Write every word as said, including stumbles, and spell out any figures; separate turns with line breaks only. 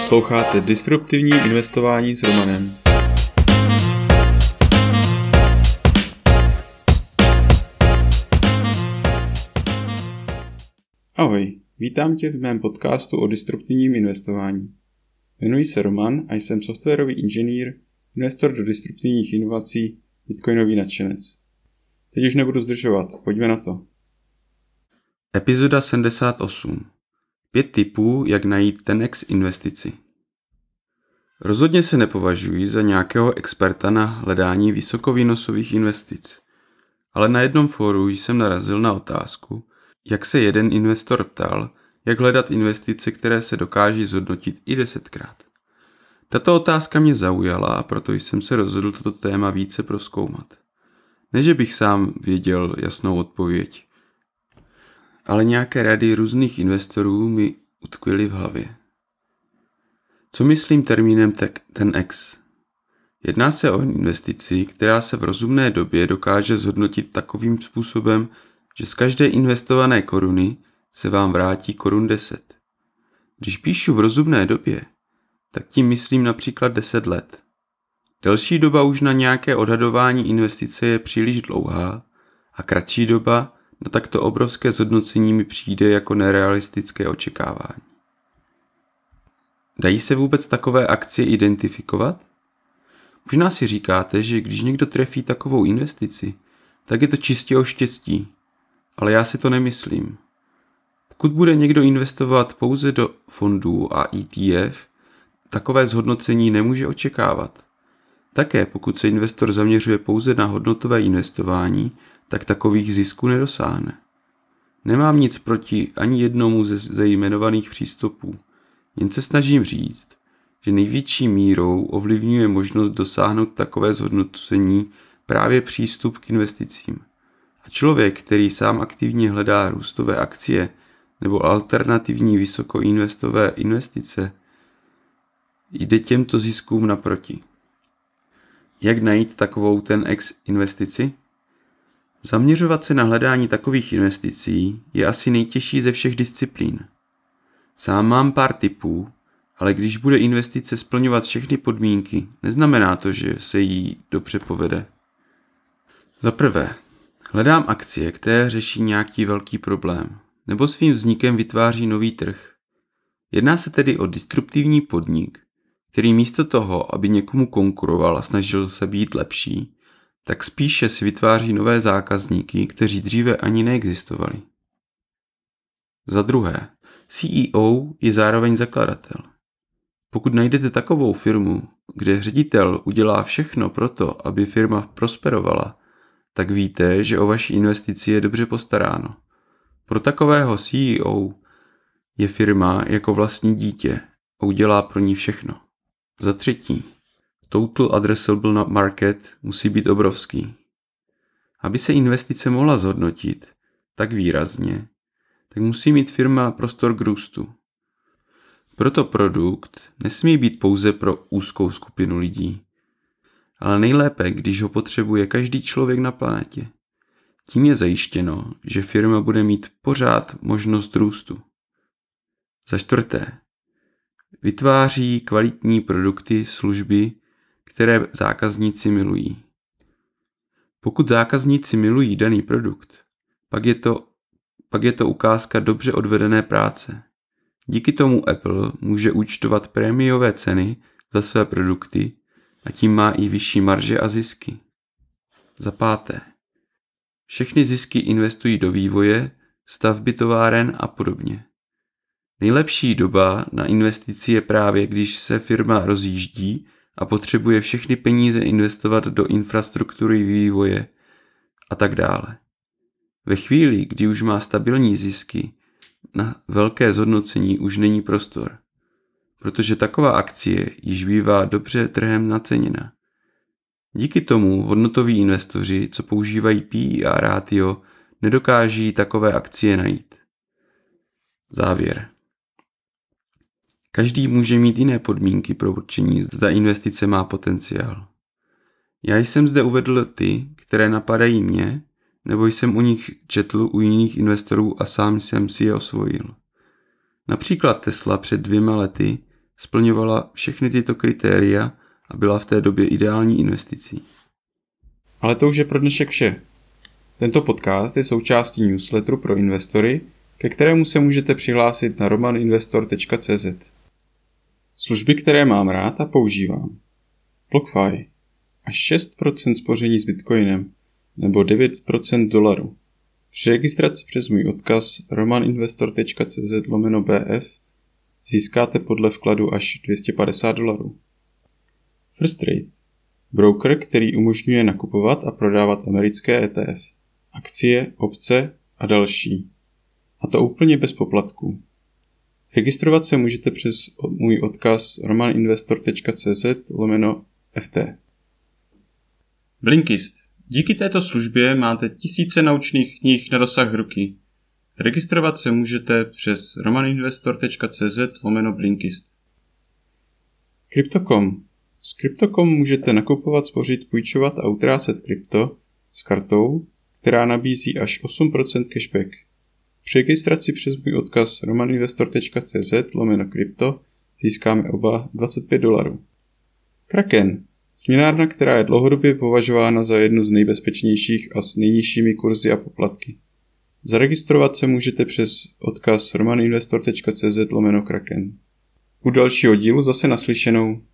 Posloucháte Disruptivní investování s Romanem. Ahoj, vítám tě v mém podcastu o disruptivním investování. Jmenuji se Roman a jsem softwarový inženýr, investor do disruptivních inovací, bitcoinový nadšenec. Teď už nebudu zdržovat, pojďme na to.
Epizoda sedmdesát osm. Pět tipů, jak najít ten X investici. Rozhodně se nepovažuji za nějakého experta na hledání vysokovýnosových investic, ale na jednom fóru jsem narazil na otázku, jak se jeden investor ptal, jak hledat investice, které se dokáží zhodnotit i desetkrát. Tato otázka mě zaujala a proto jsem se rozhodl toto téma více prozkoumat. Ne, že bych sám věděl jasnou odpověď, ale nějaké rady různých investorů mi utkvěly v hlavě. Co myslím termínem ten X? Jedná se o investici, která se v rozumné době dokáže zhodnotit takovým způsobem, že z každé investované koruny se vám vrátí korun deset. Když píšu v rozumné době, tak tím myslím například deset let. Delší doba už na nějaké odhadování investice je příliš dlouhá a kratší doba na takto obrovské zhodnocení mi přijde jako nerealistické očekávání. Dají se vůbec takové akcie identifikovat? Možná si říkáte, že když někdo trefí takovou investici, tak je to čistě o štěstí, ale já si to nemyslím. Pokud bude někdo investovat pouze do fondů a E T F, takové zhodnocení nemůže očekávat. Také pokud se investor zaměřuje pouze na hodnotové investování, tak takových zisků nedosáhne. Nemám nic proti ani jednomu ze, ze jmenovaných přístupů, jen se snažím říct, že největší mírou ovlivňuje možnost dosáhnout takové zhodnocení právě přístup k investicím. A člověk, který sám aktivně hledá růstové akcie nebo alternativní vysokoinvestové investice, jde těmto ziskům naproti. Jak najít takovou ten X investici? Zaměřovat se na hledání takových investicí je asi nejtěžší ze všech disciplín. Sám mám pár tipů, ale když bude investice splňovat všechny podmínky, neznamená to, že se jí dobře povede. Za prvé, hledám akcie, které řeší nějaký velký problém, nebo svým vznikem vytváří nový trh. Jedná se tedy o disruptivní podnik, který místo toho, aby někomu konkuroval a snažil se být lepší, tak spíše si vytváří nové zákazníky, kteří dříve ani neexistovali. Za druhé, C E O je zároveň zakladatel. Pokud najdete takovou firmu, kde ředitel udělá všechno pro to, aby firma prosperovala, tak víte, že o vaši investici je dobře postaráno. Pro takového C E O je firma jako vlastní dítě a udělá pro ní všechno. Za třetí, Total Addressable Market musí být obrovský. Aby se investice mohla zhodnotit tak výrazně, tak musí mít firma prostor k růstu. Proto produkt nesmí být pouze pro úzkou skupinu lidí, ale nejlépe, když ho potřebuje každý člověk na planetě. Tím je zajištěno, že firma bude mít pořád možnost růstu. Za čtvrté, vytváří kvalitní produkty, služby, které zákazníci milují. Pokud zákazníci milují daný produkt, pak je to, pak je to ukázka dobře odvedené práce. Díky tomu Apple může účtovat prémiové ceny za své produkty a tím má i vyšší marže a zisky. Za páté, všechny zisky investují do vývoje, stavby továren a podobně. Nejlepší doba na investici je právě, když se firma rozjíždí a potřebuje všechny peníze investovat do infrastruktury vývoje a tak dále. Ve chvíli, kdy už má stabilní zisky, na velké zhodnocení už není prostor, protože taková akcie již bývá dobře trhem naceněna. Díky tomu hodnotoví investoři, co používají P E a ratio, nedokáží takové akcie najít. Závěr. Každý může mít jiné podmínky pro určení, zda investice má potenciál. Já jsem zde uvedl ty, které napadají mě, nebo jsem o nich četl u jiných investorů a sám jsem si je osvojil. Například Tesla před dvěma lety splňovala všechny tyto kritéria a byla v té době ideální investicí.
Ale to už je pro dnešek vše. Tento podcast je součástí newsletteru pro investory, ke kterému se můžete přihlásit na romaninvestor tečka cé zet. Služby, které mám rád a používám. BlockFi. Až šest procent spoření s Bitcoinem nebo devět procent dolaru. Při registraci přes můj odkaz romaninvestor tečka cé zet lomeno bé ef získáte podle vkladu až dvě stě padesát dolarů. First Trade. Broker, který umožňuje nakupovat a prodávat americké é té ef, akcie, opce a další. A to úplně bez poplatků. Registrovat se můžete přes můj odkaz romaninvestor tečka cé zet lomeno ef té. Blinkist. Díky této službě máte tisíce naučných knih na dosah ruky. Registrovat se můžete přes romaninvestor tečka cé zet lomeno Blinkist. Crypto tečka com. S Crypto tečka com můžete nakupovat, spořit, půjčovat a utrácet krypto s kartou, která nabízí až osm procent cashback. Při registraci přes můj odkaz romaninvestor tečka cé zet lomeno krypto získáme oba dvacet pět dolarů. Kraken. Směnárna, která je dlouhodobě považována za jednu z nejbezpečnějších a s nejnižšími kurzy a poplatky. Zaregistrovat se můžete přes odkaz romaninvestor tečka cé zet lomeno Kraken. U dalšího dílu zase naslyšenou.